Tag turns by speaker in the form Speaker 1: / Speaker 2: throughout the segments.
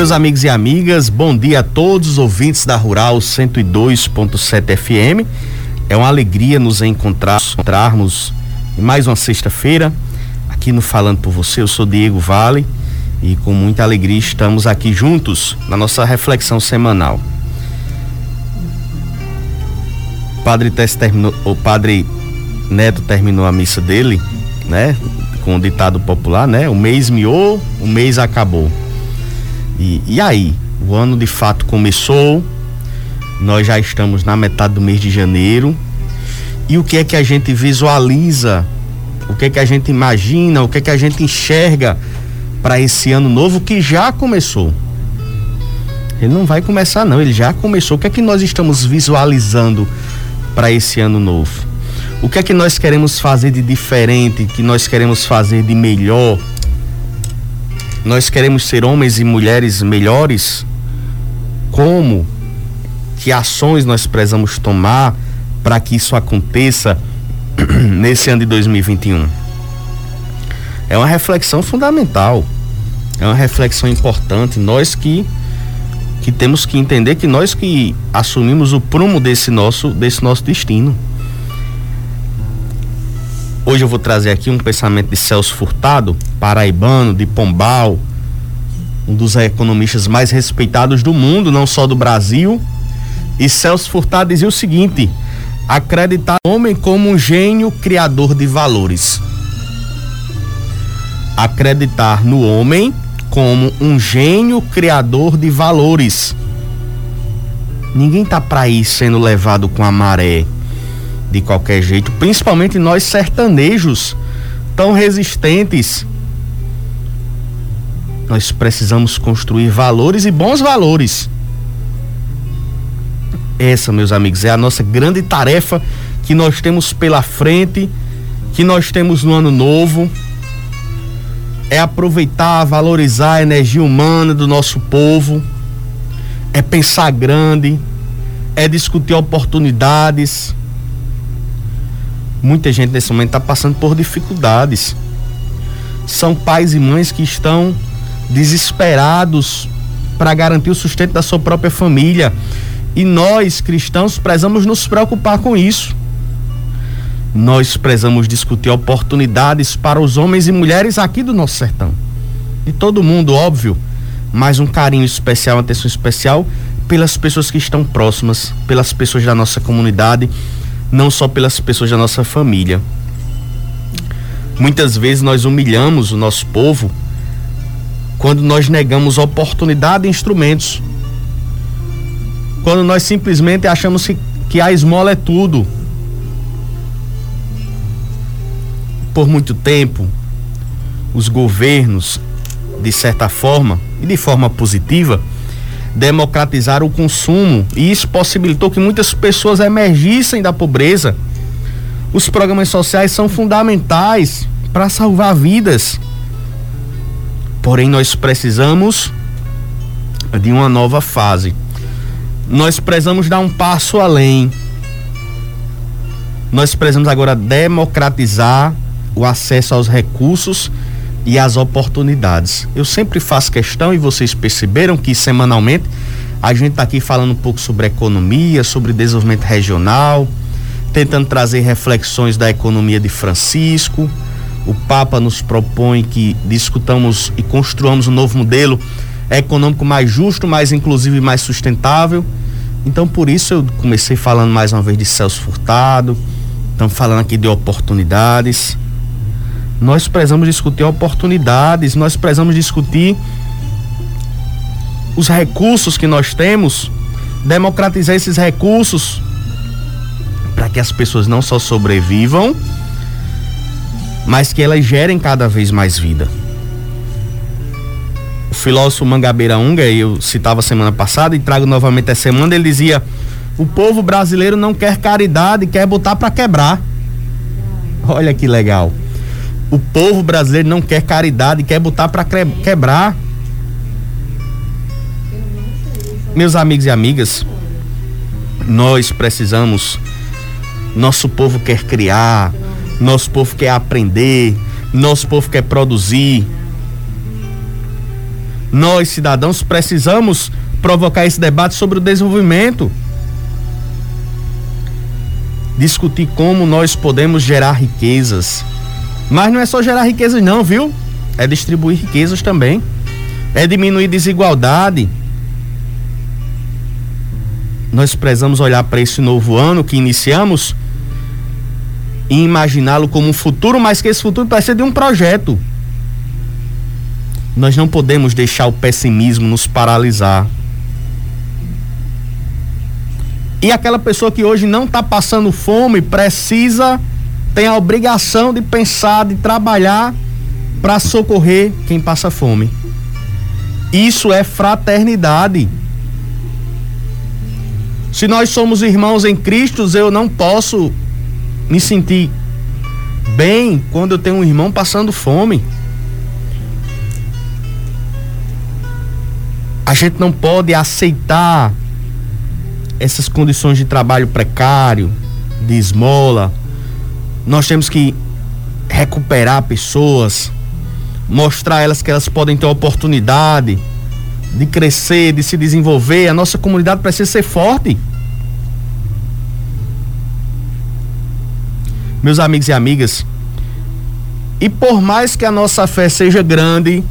Speaker 1: Meus amigos e amigas, bom dia a todos os ouvintes da Rural 102.7 FM. É uma alegria nos encontrarmos em mais uma sexta-feira aqui no Falando por Você. Eu sou Diego Vale e com muita alegria estamos aqui juntos na nossa reflexão semanal. O Padre Neto terminou a missa dele, né? Com o ditado popular, né? O mês miou, o mês acabou. E aí, o ano de fato começou, nós já estamos na metade do mês de janeiro, e o que é que a gente visualiza, o que é que a gente imagina, o que é que a gente enxerga para esse ano novo que já começou? Ele não vai começar não, ele já começou. O que é que nós estamos visualizando para esse ano novo? O que é que nós queremos fazer de diferente, que nós queremos fazer de melhor? Nós queremos ser homens e mulheres melhores? Como? Que ações nós precisamos tomar para que isso aconteça nesse ano de 2021? É uma reflexão fundamental, é uma reflexão importante. Nós que temos que entender que nós que assumimos o prumo desse nosso destino. Hoje eu vou trazer aqui um pensamento de Celso Furtado, paraibano, de Pombal, um dos economistas mais respeitados do mundo, não só do Brasil. E Celso Furtado dizia o seguinte: acreditar no homem como um gênio criador de valores. Acreditar no homem como um gênio criador de valores. Ninguém tá para ir sendo levado com a maré de qualquer jeito, principalmente nós sertanejos tão resistentes. Nós precisamos construir valores e bons valores. Essa, meus amigos, é a nossa grande tarefa que nós temos pela frente, que nós temos no ano novo. É aproveitar, valorizar a energia humana do nosso povo, é pensar grande, é discutir oportunidades. Muita gente nesse momento está passando por dificuldades. São pais e mães que estão desesperados para garantir o sustento da sua própria família. E nós, cristãos, precisamos nos preocupar com isso. Nós precisamos discutir oportunidades para os homens e mulheres aqui do nosso sertão. De todo mundo, óbvio, mas um carinho especial, uma atenção especial pelas pessoas que estão próximas, pelas pessoas da nossa comunidade, não só pelas pessoas da nossa família. Muitas vezes nós humilhamos o nosso povo quando nós negamos oportunidade e instrumentos. Quando nós simplesmente achamos que a esmola é tudo. Por muito tempo, os governos, de certa forma, e de forma positiva, democratizaram o consumo, e isso possibilitou que muitas pessoas emergissem da pobreza. Os programas sociais são fundamentais para salvar vidas. Porém, nós precisamos de uma nova fase. Nós precisamos dar um passo além. Nós precisamos agora democratizar o acesso aos recursos e às oportunidades. Eu sempre faço questão, e vocês perceberam que semanalmente a gente está aqui falando um pouco sobre economia, sobre desenvolvimento regional, tentando trazer reflexões da economia de Francisco. O Papa nos propõe que discutamos e construamos um novo modelo econômico mais justo, mais inclusivo e mais sustentável. Então, por isso eu comecei falando mais uma vez de Celso Furtado. Estamos falando aqui de oportunidades. Nós precisamos discutir oportunidades, nós precisamos discutir os recursos que nós temos, democratizar esses recursos para que as pessoas não só sobrevivam, mas que elas gerem cada vez mais vida. O filósofo Mangabeira Unger, eu citava semana passada e trago novamente essa semana, ele dizia: o povo brasileiro não quer caridade, quer botar para quebrar. Olha que legal. O povo brasileiro não quer caridade, quer botar para quebrar. Meus amigos e amigas, nós precisamos, nosso povo quer criar, nosso povo quer aprender, nosso povo quer produzir. Nós, cidadãos, precisamos provocar esse debate sobre o desenvolvimento. Discutir como nós podemos gerar riquezas. Mas não é só gerar riquezas não, viu? É distribuir riquezas também. É diminuir desigualdade. Nós precisamos olhar para esse novo ano que iniciamos e imaginá-lo como um futuro, mas que esse futuro vai ser de um projeto. Nós não podemos deixar o pessimismo nos paralisar. E aquela pessoa que hoje não está passando fome tem a obrigação de pensar, de trabalhar para socorrer quem passa fome. Isso é fraternidade. Se nós somos irmãos em Cristo, eu não posso me sentir bem quando eu tenho um irmão passando fome. A gente não pode aceitar essas condições de trabalho precário, de esmola. Nós temos que recuperar pessoas, mostrar a elas que elas podem ter a oportunidade de crescer, de se desenvolver. A nossa comunidade precisa ser forte. Meus amigos e amigas, e por mais que a nossa fé seja grande,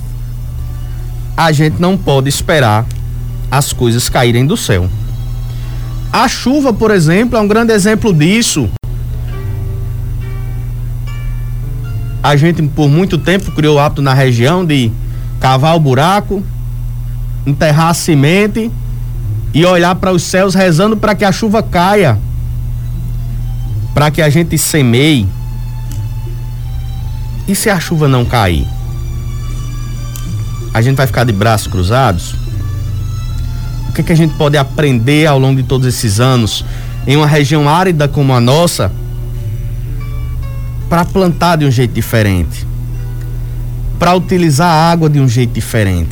Speaker 1: a gente não pode esperar as coisas caírem do céu. A chuva, por exemplo, é um grande exemplo disso. A gente por muito tempo criou o hábito na região de cavar o buraco, enterrar a semente e olhar para os céus rezando para que a chuva caia, para que a gente semeie. E se a chuva não cair? A gente vai ficar de braços cruzados? O que a gente pode aprender ao longo de todos esses anos em uma região árida como a nossa para plantar de um jeito diferente, para utilizar a água de um jeito diferente?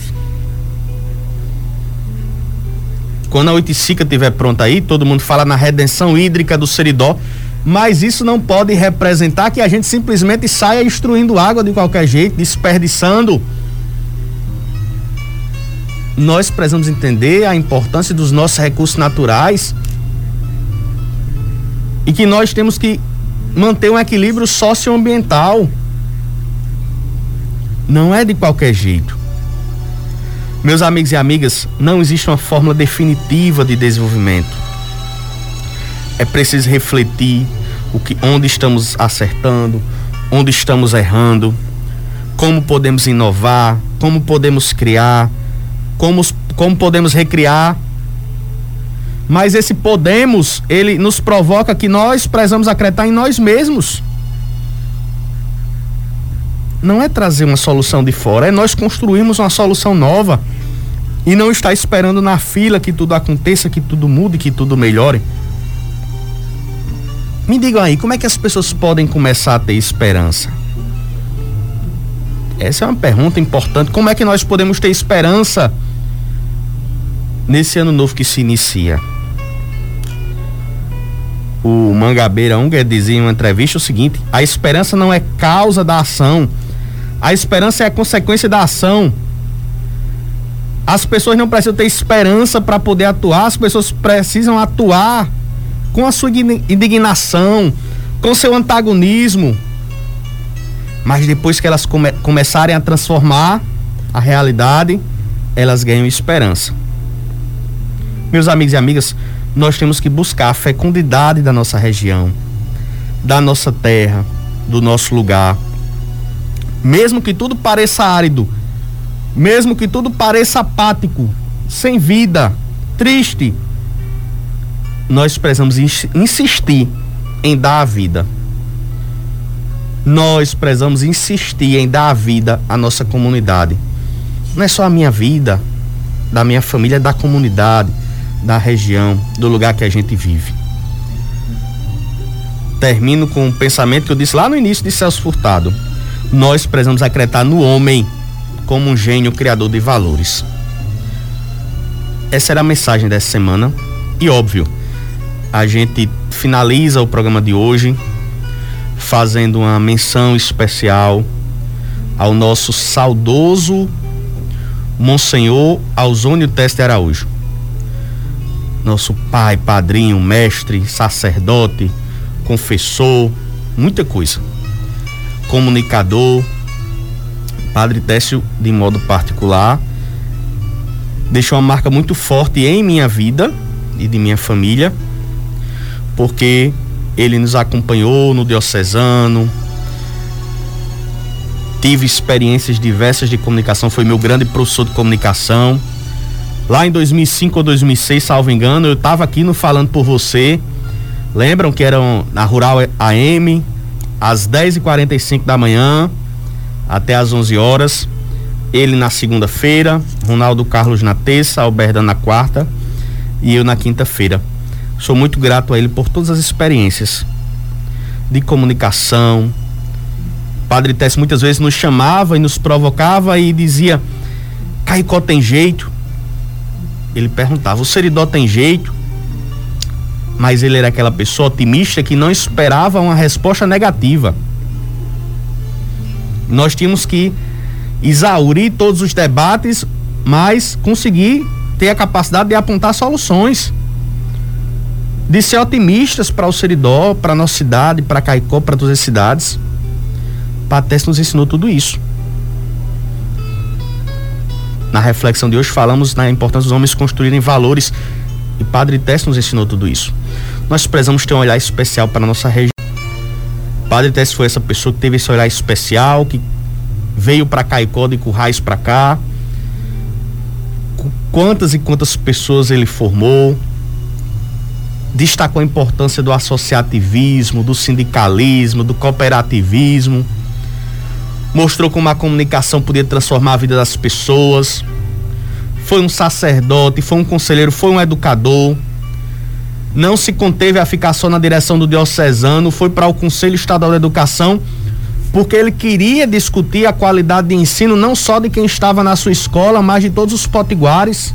Speaker 1: Quando a Oiticica estiver pronta aí, todo mundo fala na redenção hídrica do Seridó, mas isso não pode representar que a gente simplesmente saia destruindo água de qualquer jeito, desperdiçando. Nós precisamos entender a importância dos nossos recursos naturais e que nós temos que manter um equilíbrio socioambiental. Não é de qualquer jeito. Meus amigos e amigas, não existe uma fórmula definitiva de desenvolvimento. É preciso refletir onde estamos acertando, onde estamos errando, como podemos inovar, como podemos criar, como podemos recriar. Mas esse podemos, ele nos provoca que nós precisamos acreditar em nós mesmos. Não é trazer uma solução de fora, é nós construirmos uma solução nova e não estar esperando na fila que tudo aconteça, que tudo mude, que tudo melhore. Me digam aí, como é que as pessoas podem começar a ter esperança? Essa é uma pergunta importante. Como é que nós podemos ter esperança nesse ano novo que se inicia? O Mangabeira Unger dizia em uma entrevista o seguinte: a esperança não é causa da ação, a esperança é a consequência da ação. As pessoas não precisam ter esperança para poder atuar, as pessoas precisam atuar com a sua indignação, com seu antagonismo. Mas depois que elas começarem a transformar a realidade, elas ganham esperança. Meus amigos e amigas, nós temos que buscar a fecundidade da nossa região, da nossa terra, do nosso lugar. Mesmo que tudo pareça árido, mesmo que tudo pareça apático, sem vida, triste, nós precisamos insistir em dar a vida. Nós precisamos insistir em dar a vida à nossa comunidade. Não é só a minha vida, da minha família, é da comunidade, da região, do lugar que a gente vive. Termino com um pensamento que eu disse lá no início de Celso Furtado. Nós precisamos acreditar no homem como um gênio criador de valores. Essa era a mensagem dessa semana. E óbvio, a gente finaliza o programa de hoje fazendo uma menção especial ao nosso saudoso Monsenhor Ausônio Teste Araújo. Nosso pai, padrinho, mestre, sacerdote, confessor, muita coisa. Comunicador. Padre Técio, de modo particular, deixou uma marca muito forte em minha vida e de minha família, porque ele nos acompanhou no diocesano, tive experiências diversas de comunicação, foi meu grande professor de comunicação. Lá em 2005 ou 2006, salvo engano, eu estava aqui no Falando por Você, lembram que eram na Rural AM, às 10h45 da manhã, até às 11 horas, ele na segunda-feira, Ronaldo Carlos na terça, Alberda na quarta e eu na quinta-feira. Sou muito grato a ele por todas as experiências de comunicação. Padre Técio muitas vezes nos chamava e nos provocava e dizia: Caicó tem jeito? Ele perguntava: o Seridó tem jeito? Mas ele era aquela pessoa otimista que não esperava uma resposta negativa. Nós tínhamos que exaurir todos os debates, mas conseguir ter a capacidade de apontar soluções, de ser otimistas para o Seridó, para a nossa cidade, para Caicó, para todas as cidades. Padre Técio nos ensinou tudo isso. Na reflexão de hoje falamos na importância dos homens construírem valores, e Padre Técio nos ensinou tudo isso. Nós precisamos ter um olhar especial para a nossa região. Padre Técio foi essa pessoa que teve esse olhar especial, que veio para Caicó de Currais para cá. Quantas e quantas pessoas ele formou, destacou a importância do associativismo, do sindicalismo, do cooperativismo, mostrou como a comunicação podia transformar a vida das pessoas. Foi um sacerdote, foi um conselheiro, foi um educador. Não se conteve a ficar só na direção do diocesano, foi para o Conselho Estadual de Educação, porque ele queria discutir a qualidade de ensino não só de quem estava na sua escola, mas de todos os potiguares.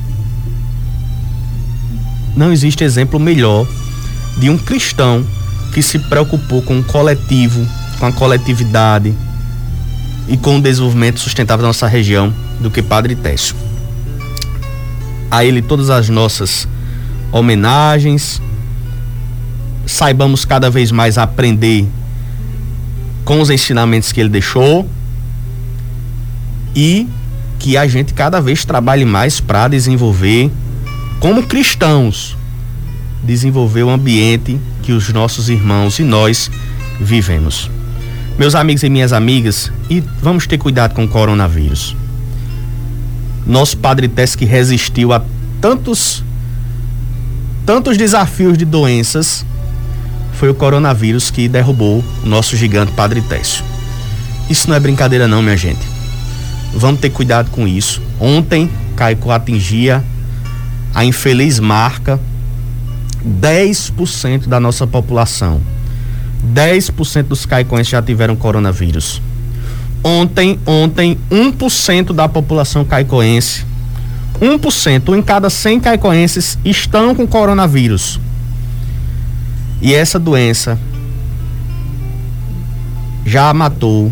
Speaker 1: Não existe exemplo melhor de um cristão que se preocupou com o coletivo, com a coletividade e com o desenvolvimento sustentável da nossa região do que Padre Técio. A ele todas as nossas homenagens. Saibamos cada vez mais aprender com os ensinamentos que ele deixou e que a gente cada vez trabalhe mais para desenvolver, como cristãos, desenvolver o ambiente que os nossos irmãos e nós vivemos. Meus amigos e minhas amigas, e vamos ter cuidado com o coronavírus. Nosso Padre Técio, que resistiu a tantos desafios de doenças, foi o coronavírus que derrubou o nosso gigante Padre Técio. Isso não é brincadeira não, minha gente. Vamos ter cuidado com isso. Ontem, Caicó atingia a infeliz marca 10% da nossa população. 10% dos caicoenses já tiveram coronavírus. Ontem 1% da população caicoense, 1%, um em cada 100 caicoenses estão com coronavírus. E essa doença já matou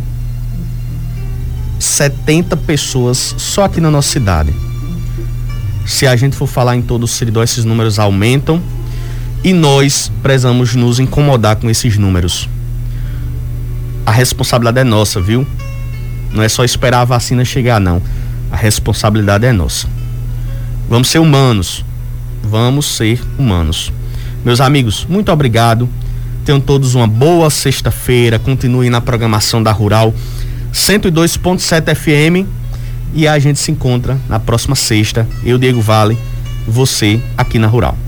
Speaker 1: 70 pessoas só aqui na nossa cidade. Se a gente for falar em todo o Seridó, esses números aumentam e nós precisamos nos incomodar com esses números. A responsabilidade é nossa, viu? Não é só esperar a vacina chegar, não. A responsabilidade é nossa. Vamos ser humanos. Vamos ser humanos. Meus amigos, muito obrigado. Tenham todos uma boa sexta-feira. Continuem na programação da Rural 102.7 FM. E a gente se encontra na próxima sexta. Eu, Diego Vale, você aqui na Rural.